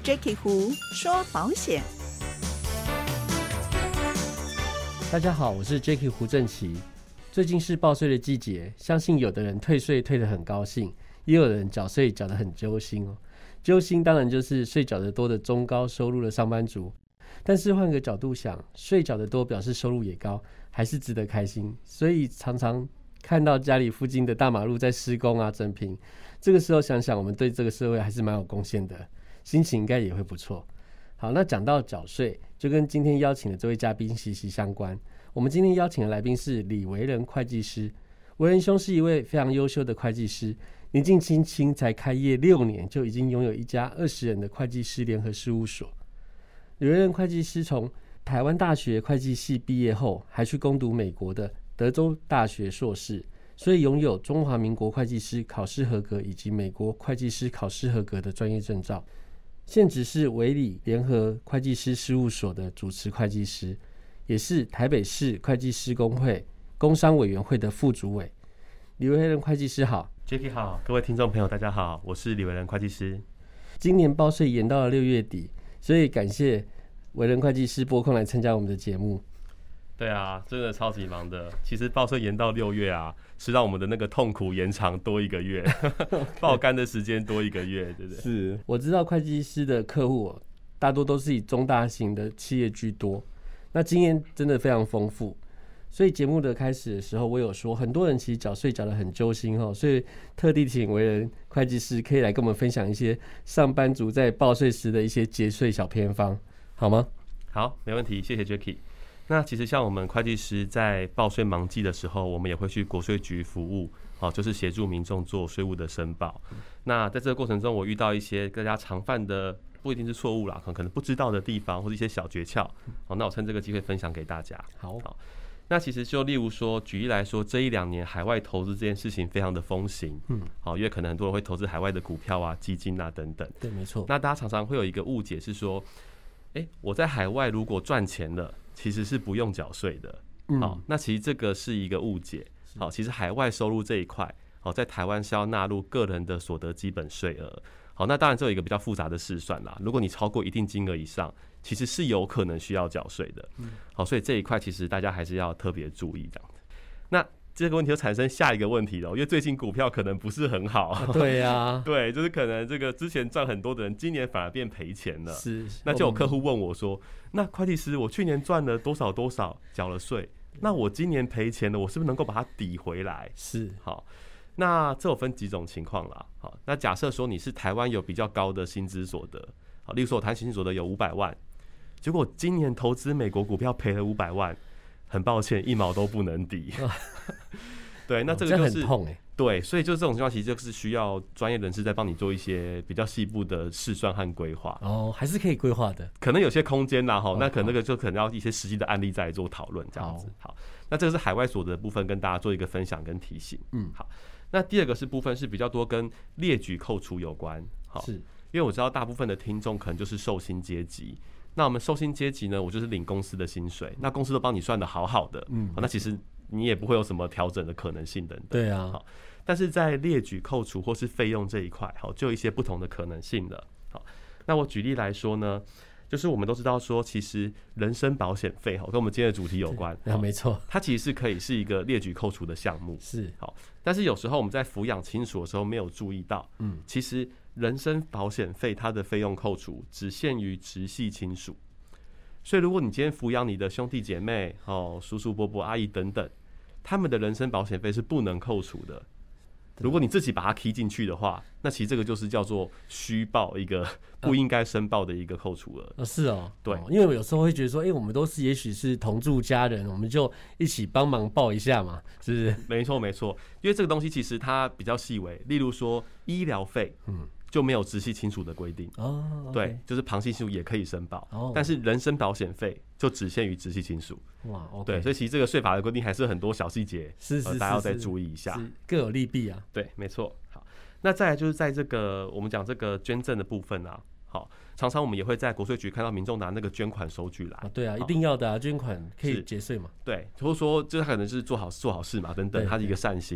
Jacky 胡说保险。 大家好，我是 Jacky 胡正奇。最近是报税的季节，相信有的人退税退得很高兴，也有人缴税缴得很揪心哦。揪心当然就是税缴得多的中高收入的上班族，但是换个角度想，税缴得多表示收入也高，还是值得开心。所以常常看到家里附近的大马路在施工啊、整平，这个时候想想我们对这个社会还是蛮有贡献的，心情应该也会不错。好，那讲到缴税，就跟今天邀请的这位嘉宾息息相关。我们今天邀请的来宾是李维仁会计师。维仁兄是一位非常优秀的会计师，年纪轻轻才开业6年，就已经拥有一家20人的会计师联合事务所。李维仁会计师从台湾大学会计系毕业后，还去攻读美国的德州大学硕士，所以拥有中华民国会计师考试合格以及美国会计师考试合格的专业证照。现职是维理联合会计师事务所的主持会计师，也是台北市会计师公会工商委员会的副主委。李维仁会计师好。 Jacky 好，各位听众朋友大家好，我是李维仁会计师。 今年报税延到了6月底，所以感谢维仁会计师拨空来参加我们的节目。 对啊，真的超级忙的。其实报税延到6月啊，是让我们的那个痛苦延长多1个月，报干的时间多1个月，对不对？ 是，我知道会计师的客户大多都是以中大型的企业居多，那经验真的非常丰富。所以节目的开始的时候，我有说很多人其实缴税缴得很揪心，所以特地请维仁会计师可以来跟我们分享一些上班族在报税时的一些节税小偏方，好吗？ 好，没问题，谢谢 Jacky。那其实像我们会计师在报税忙季的时候，我们也会去国税局服务，就是协助民众做税务的申报。那在这个过程中，我遇到一些大家常犯的不一定是错误啦，可能不知道的地方或者一些小诀窍，那我趁这个机会分享给大家。 好。 那其实就例如说，举例来说，这1-2年海外投资这件事情非常的风行，因为可能很多人会投资海外的股票啊、基金啊等等。 对，没错。 那大家常常会有一个误解是说，我在海外如果赚钱了，其实是不用缴税的。那其实这个是一个误解。其实海外收入这一块，在台湾是要纳入个人的所得基本税额。那当然这有一个比较复杂的试算啦。如果你超过一定金额以上，其实是有可能需要缴税的。所以这一块其实大家还是要特别注意这样子。那这个问题就产生下一个问题了，因为最近股票可能不是很好。 对啊， 对，就是可能这个之前赚很多的人，今年反而变赔钱了。 是。 那就有客户问我说：“那会计师，我去年赚了多少多少，缴了税，那我今年赔钱了，我是不是能够把它抵回来？” 是。 好。那这有分几种情况啦。好，那假设说你是台湾有比较高的薪资所得，好，例如说我台湾薪资所得有500万，结果今年投资美国股票赔了500万，很抱歉1毛都不能抵。对，那这个就是很痛对，所以就这种情况其实就是需要专业人士在帮你做一些比较细部的试算和规划。 还是可以规划的， 可能有些空间啦。那可能那个就可能要一些实际的案例再来做讨论这样子。好，那这个是海外所得的部分，跟大家做一个分享跟提醒。好。那第二个部分是比较多跟列举扣除有关。好，是因为我知道大部分的听众可能就是受薪阶级。那我们受薪阶级呢，我就是领公司的薪水，那公司都帮你算的好好的，那其实你也不会有什么调整的可能性等等。 对啊。 好，但是在列举扣除或是费用这一块，好，就有一些不同的可能性了。好，那我举例来说呢，就是我们都知道说，其实人身保险费跟我们今天的主题有关。 没错， 它其实是可以是一个列举扣除的项目。 是。 好，但是有时候我们在抚养亲属的时候没有注意到，其实人身保险费它的费用扣除只限于直系亲属。所以如果你今天抚养你的兄弟姐妹、叔叔伯伯阿姨等等，他们的人身保险费是不能扣除的。如果你自己把它 key 进去的话，那其实这个就是叫做虚报一个不应该申报的一个扣除额。 是哦。 对。 因为我有时候会觉得说，我们都是也许是同住家人，我们就一起帮忙报一下嘛，是不是？ 没错没错，因为这个东西其实它比较细微，例如说医疗费，就没有直系亲属的规定。对，就是旁系亲属也可以申报。但是人身保险费就只限于直系亲属。 哇， 对，所以其实这个税法的规定还是很多小细节，大家要再注意一下， 各有利弊啊。 对，没错。好，那再来就是在这个我们讲这个捐赠的部分啊，好，常常我们也会在国税局看到民众拿那个捐款收据来。 对啊，一定要的啊，捐款可以节税嘛。 对，或者说就是他可能是做好事嘛，等等，他是一个善心。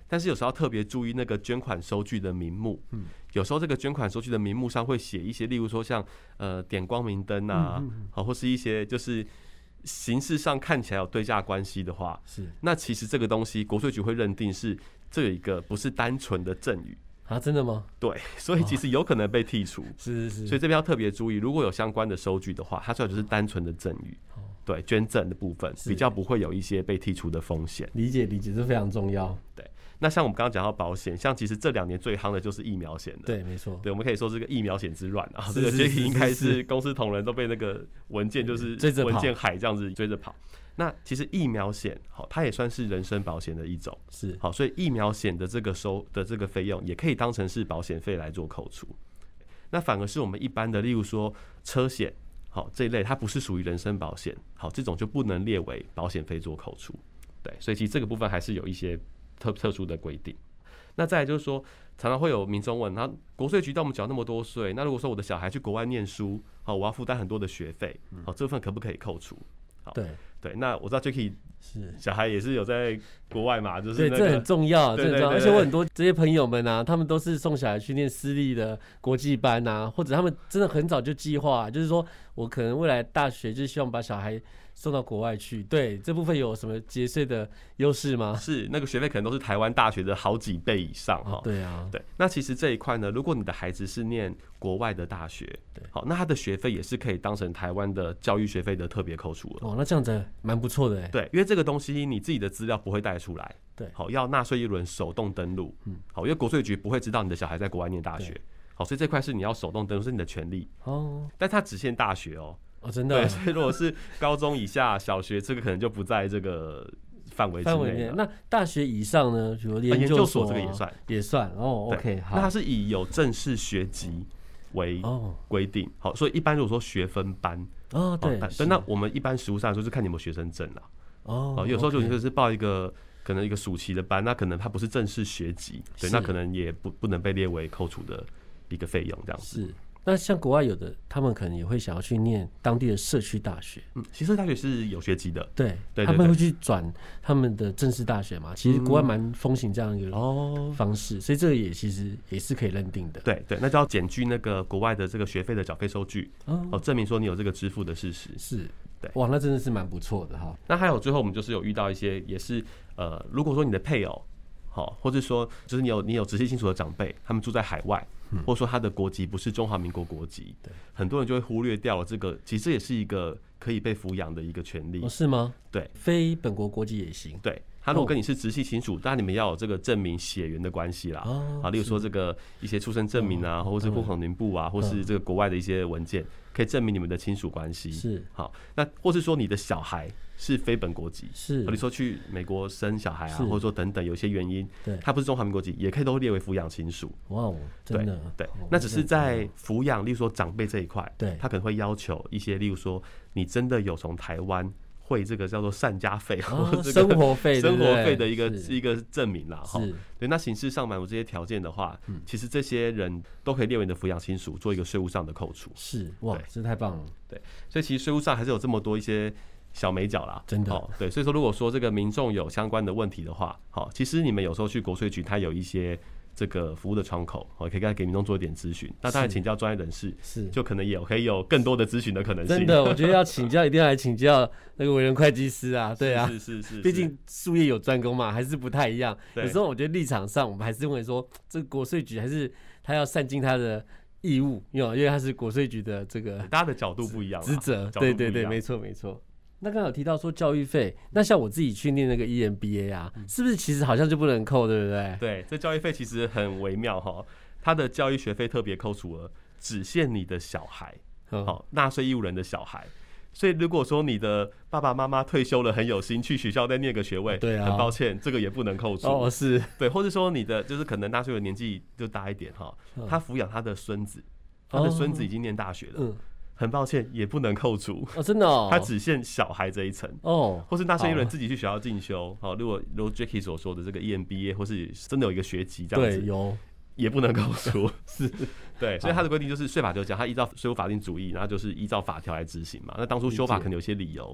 但是有时候要特别注意那个捐款收据的名目。有时候这个捐款收据的名目上会写一些，例如说像点光明灯啊，或是一些就是形式上看起来有对价关系的话，那其实这个东西国税局会认定是这一个不是单纯的赠与。 啊，真的吗？ 对，所以其实有可能被剔除。 是， 所以这边要特别注意，如果有相关的收据的话，它最好就是单纯的赠与。对，捐赠的部分比较不会有一些被剔除的风险。 理解，这非常重要。 对，那像我们刚刚讲到保险，像其实这2年最夯的就是疫苗险了。 对，没错。 对，我们可以说这个疫苗险之乱啊，这个应该是公司同仁都被那个文件就是文件海这样子追着跑。那其实疫苗险它也算是人身保险的一种，好，所以疫苗险的这个这个费用也可以当成是保险费来做扣除。那反而是我们一般的，例如说车险，好，这一类它不是属于人身保险，好，这种就不能列为保险费做扣除。对，所以其实这个部分还是有一些特殊的规定。那再来就是说，常常会有民众问，那国税局到我们缴那么多税，那如果说我的小孩去国外念书，好，我要负担很多的学费，好，这部分可不可以扣除？好，对，那我知道 Jacky 小孩也是有在国外嘛，就是对，这很重要，这很重要。而且我很多这些朋友们啊，他们都是送小孩去念私立的国际班啊，或者他们真的很早就计划，就是说我可能未来大学就希望把小孩送到国外去。对，这部分有什么节税的优势吗？ 是，那个学费可能都是台湾大学的好几倍以上哈。 对啊， 对。那其实这一块呢，如果你的孩子是念国外的大学，好，那他的学费也是可以当成台湾的教育学费的特别扣除了。 哦，那这样子蛮不错的。 对，因为这个东西你自己的资料不会带出来。 对， 好，要纳税义务人手动登录。好，因为国税局不会知道你的小孩在国外念大学。好，所以这块是你要手动登录，是你的权利。哦。但它只限大学哦。 哦，真的。 对，所以如果是高中以下、小学，这个可能就不在这个范围之内了。 那大学以上呢？比如研究所这个也算哦。OK， 好。 那它是以有正式学籍为规定。好，所以一般如果说学分班， 对， 那我们一般实务上就是看你有没有学生证啦。哦，有时候就是报一个可能一个暑期的班，那可能它不是正式学籍，对，那可能也不能被列为扣除的一个费用这样子。 是。那像国外有的，他们可能也会想要去念当地的社区大学。 其实大学是有学籍的， 对，他们会去转他们的正式大学嘛。其实国外蛮风行这样一个方式，所以这个其实也是可以认定的。 对，那就要检具那个国外的这个学费的缴费收据，证明说你有这个支付的事实。 是，对，哇，那真的是蛮不错的哈。 那还有最后我们就是有遇到一些也是如果说你的配偶，好，或者说就是你有直系亲属的长辈，他们住在海外。或者说他的国籍不是中华民国国籍，很多人就会忽略掉了这个，其实这也是一个可以被抚养的一个权利。 是吗？ 对， 非本国国籍也行。 对，他如果跟你是直系亲属，当然你们要有这个证明血缘的关系啦。例如说这个一些出生证明啊，或是户口名簿啊，或是这个国外的一些文件，可以证明你们的亲属关系。 是， 好，那或是说你的小孩是非本国籍， 是， 你说去美国生小孩啊，或者说等等有些原因， 对， 他不是中华民国籍，也可以都列为抚养亲属。 哇，真的， 对，那只是在抚养，例如说长辈这一块， 对， 他可能会要求一些，例如说你真的有从台湾汇这个叫做赡家费或者生活费的一个证明啦，哈，对，那形式上满足这些条件的话，其实这些人都可以列为你的抚养亲属，做一个税务上的扣除。 是，哇，这太棒了。 对，所以其实税务上还是有这么多一些小美角啦， 真的。 对，所以说如果说这个民众有相关的问题的话，好，其实你们有时候去国税局，它有一些这个服务的窗口，可以给民众做一点咨询。那当然请教专业人士，就可能也可以有更多的咨询的可能性。 真的，我觉得要请教，一定要来请教那个委任会计师啊，对啊， 是， 毕竟术业有专攻嘛，还是不太一样。有时候我觉得立场上，我们还是认为说，这个国税局还是他要善尽他的义务，因为他是国税局的这个大家的角度不一样， 职责，对，没错。那刚刚有提到说教育费，那像我自己去念那个 EMBA 啊，是不是其实好像就不能扣，对不对？ 对，这教育费其实很微妙哈，它的教育学费特别扣除额只限你的小孩，好，纳税义务人的小孩。所以如果说你的爸爸妈妈退休了，很有心去学校再念个学位， 对啊， 很抱歉，这个也不能扣除。 是， 对，或者说你的就是可能纳税人年纪就大一点哈，他抚养他的孙子，他的孙子已经念大学了。很抱歉，也不能扣除真的它只限小孩这一层或是纳税义务人自己去学校进修。好，如果 Jacky 所说的这个 EMBA 或是真的有一个学籍这样子， 对，有也不能扣除。是，对，所以它的规定就是税法就讲，它依照税务法定主义，然后就是依照法条来执行嘛。那当初修法可能有些理由，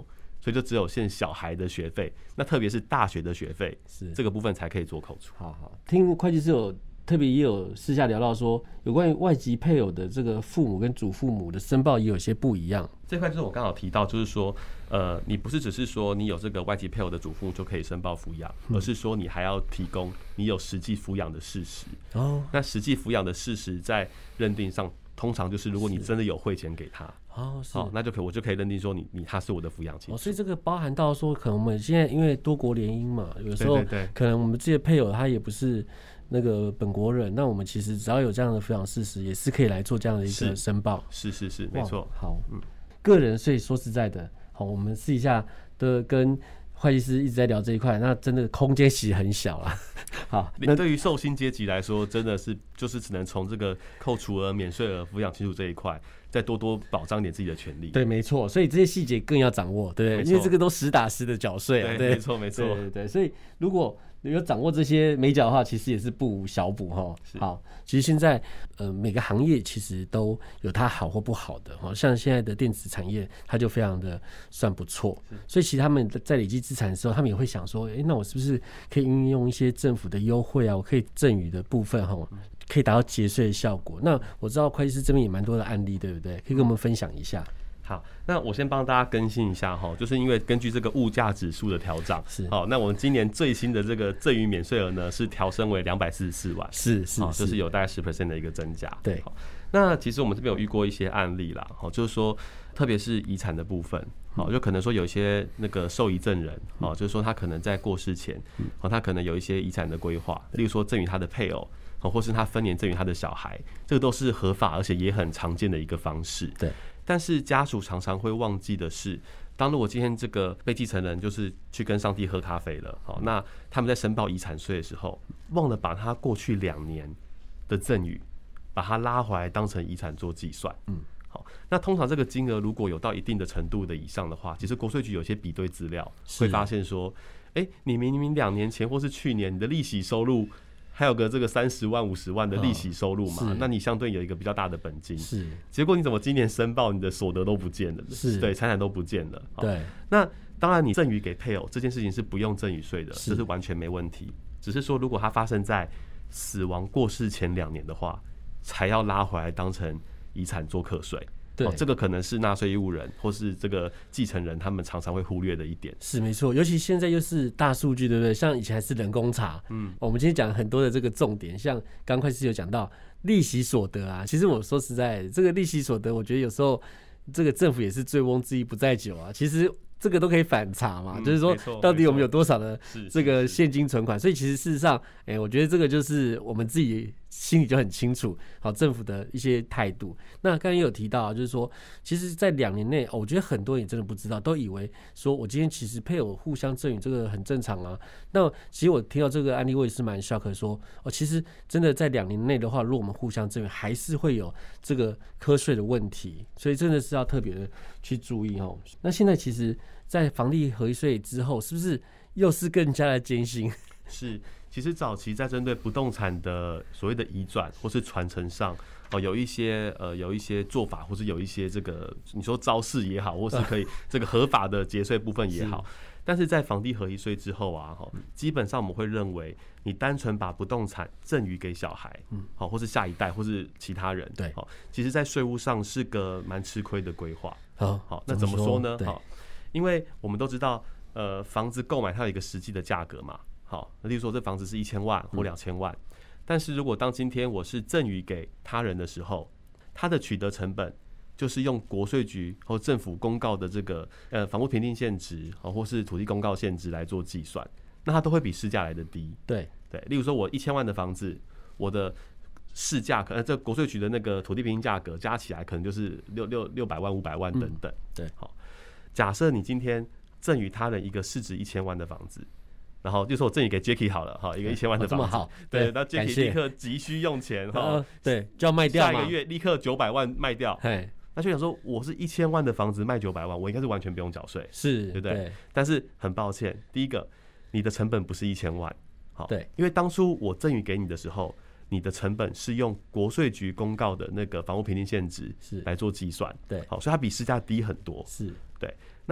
所以就只有限小孩的学费，那特别是大学的学费， 是这个部分才可以做扣除。 好，听会计师特别也有私下聊到说，有关于外籍配偶的这个父母跟祖父母的申报也有些不一样。 这块就是我刚好提到，就是说，你不是只是说你有这个外籍配偶的祖父就可以申报抚养，而是说你还要提供你有实际抚养的事实。 哦， 那实际抚养的事实在认定上，通常就是如果你真的有汇钱给他，那我就可以认定说他是我的抚养亲属。 所以这个包含到说，可能我们现在因为多国联姻嘛，有时候对可能我们这些配偶他也不是那个本国人，那我们其实只要有这样的抚养事实，也是可以来做这样的一个申报。 是，没错。 好，个人税说实在的，好，我们试一下的跟会计师一直在聊这一块，那真的空间其实很小啦。好， 那对于受薪阶级来说，真的是就是只能从这个扣除额、免税额、抚养亲属这一块，再多保障点自己的权利。 对，没错，所以这些细节更要掌握，对不对？因为这个都实打实的缴税啊，对， 没错， 对，所以如果有掌握这些美角的话，其实也是不无小补哈。好，其实现在每个行业其实都有它好或不好的哈，像现在的电子产业，它就非常的算不错，所以其实他们在累积资产的时候，他们也会想说，那我是不是可以运用一些政府的优惠啊，我可以赠与的部分哈，可以达到节税的效果。那我知道会计师这边也蛮多的案例，对不对？可以跟我们分享一下。 好，那我先帮大家更新一下哈，就是因为根据这个物价指数的调涨，好，那我们今年最新的这个赠与免税额呢是调升为244万，就是有大概10% 的一个增加。 对， 那其实我们这边有遇过一些案例啦，就是说，特别是遗产的部分，就可能说有一些那个受遗赠人，就是说他可能在过世前，他可能有一些遗产的规划，例如说赠与他的配偶，或是他分年赠与他的小孩，这个都是合法而且也很常见的一个方式。 对。 但是家属常常会忘记的是，当如果今天这个被继承人就是去跟上帝喝咖啡了，那他们在申报遗产税的时候，忘了把他过去2年的赠与，把它拉回来当成遗产做计算。好，那通常这个金额如果有到一定的程度的以上的话，其实国税局有些比对资料会发现说，你明明2年前或是去年你的利息收入还有个这个30万50万的利息收入嘛，那你相对有一个比较大的本金，结果你怎么今年申报你的所得都不见了，对，财产都不见了， 对。 那当然你赠与给配偶这件事情是不用赠与税的，这是完全没问题，只是说如果它发生在死亡过世前2年的话，才要拉回来当成遗产做课税。对，这个可能是纳税义务人或是这个继承人他们常常会忽略的一点。 是没错，尤其现在又是大数据，对不对？像以前还是人工查，我们今天讲很多的这个重点，像刚会计师有讲到利息所得啊，其实我说实在，这个利息所得，我觉得有时候这个政府也是醉翁之意不在酒啊，其实。这个都可以反查嘛，就是说到底我们有多少的这个现金存款，所以其实事实上，我觉得这个就是我们自己心里就很清楚，好，政府的一些态度。那刚刚也有提到，就是说，其实，在2年内，我觉得很多人也真的不知道，都以为说我今天其实配偶互相赠与这个很正常啊。那其实我听到这个案例，我也是蛮 shock 说，其实真的在2年内的话，如果我们互相赠与，还是会有这个课税的问题，所以真的是要特别的去注意哦。那现在其实。在房地合一税之后，是不是又是更加的艰辛？ 是，其实早期在针对不动产的所谓的移转或是传承上，有一些做法，或是有一些这个你说招式也好，或是可以这个合法的节税部分也好，但是在房地合一税之后啊，基本上我们会认为，你单纯把不动产赠与给小孩，或是下一代，或是其他人，对，其实在税务上是个蛮吃亏的规划。好，那怎么说呢？好。因为我们都知道，房子购买它有一个实际的价格嘛。好，例如说这房子是1000万或2000万，但是如果当今天我是赠与给他人的时候，它的取得成本就是用国税局或政府公告的这个房屋评定现值或是土地公告现值来做计算，那它都会比市价来的低。 对， 例如说我1000万的房子，我的市价可能这国税局的那个土地评定价格加起来可能就是600万500万等等。 对， 好。假设你今天赠与他人一个市值1000万的房子，然后就说我赠与给 Jacky 好了，一个1000万的房子， 好， 对，那 Jacky 立刻急需用钱， 对，就要卖掉嘛， 下一个月立刻900万卖掉，那就想说我是1000万的房子卖900万，我应该是完全不用缴税， 是， 对不对？但是很抱歉，第一个，你的成本不是1000万，好，对，因为当初我赠与给你的时候，你的成本是用国税局公告的那个房屋评定现值来做计算，对，好，所以它比市价低很多， 是。 对，那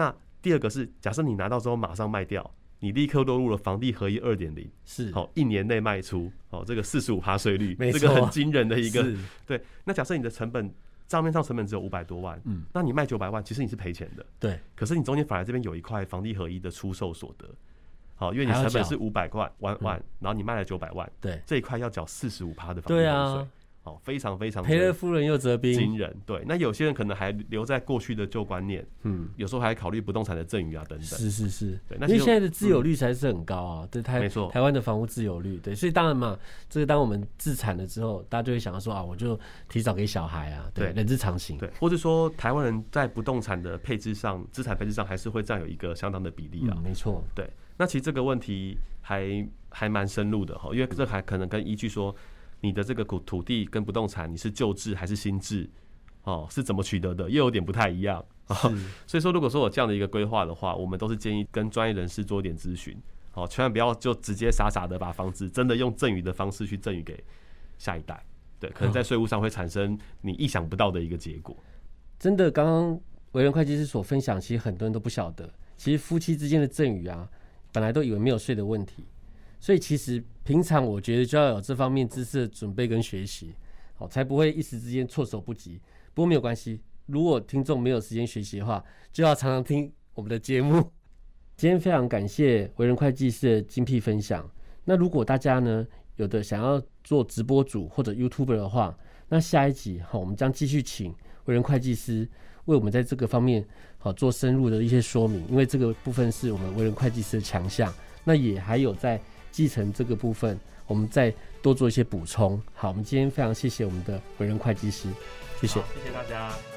第二个是假设你拿到之后马上卖掉，你立刻落入了房地合一 2.0， 是 1年内卖出，这个 45% 税率， 没错， 这个很惊人的一个。对，那假设你的成本账面上成本只有500多万，那你卖900万，其实你是赔钱的。 对， 可是你中间反而这边有一块房地合一的出售所得，因为你成本是500万，然后你卖了900万， 对， 这一块要缴45%的房地合一税。非常非常赔了夫人又折兵， 惊人。对，那有些人可能还留在过去的旧观念，有时候还考虑不动产的赠与啊等等。 是， 对， 因为现在的自有率才是很高啊，对没错， 台湾的房屋自有率，对，所以当然嘛，这个当我们自产了之后，大家就会想要说啊，我就提早给小孩啊，对，人之常情。 对，或者说台湾人在不动产的配置上，资产配置上还是会占有一个相当的比例啊。 没错， 对。那其实这个问题还蛮深入的，因为这还可能跟依据说，你的这个土地跟不动产，你是旧制还是新制，是怎么取得的，又有点不太一样。所以说，如果说有这样的一个规划的话，我们都是建议跟专业人士做一点咨询，千万不要就直接傻傻的把房子真的用赠与的方式去赠与给下一代，对，可能在税务上会产生你意想不到的一个结果。 真的，刚刚维仁会计师所分享，其实很多人都不晓得，其实夫妻之间的赠与啊，本来都以为没有税的问题。所以其实平常我觉得就要有这方面知识的准备跟学习，才不会一时之间措手不及。不过没有关系，如果听众没有时间学习的话，就要常常听我们的节目。今天非常感谢维仁会计师的精辟分享。那如果大家呢有的想要做直播主或者 YouTuber 的话，那下一集我们将继续请维仁会计师为我们在这个方面做深入的一些说明，因为这个部分是我们维仁会计师的强项。那也还有在继承这个部分，我们再多做一些补充。好，我们今天非常谢谢我们的维仁会计师，谢谢， 谢谢大家。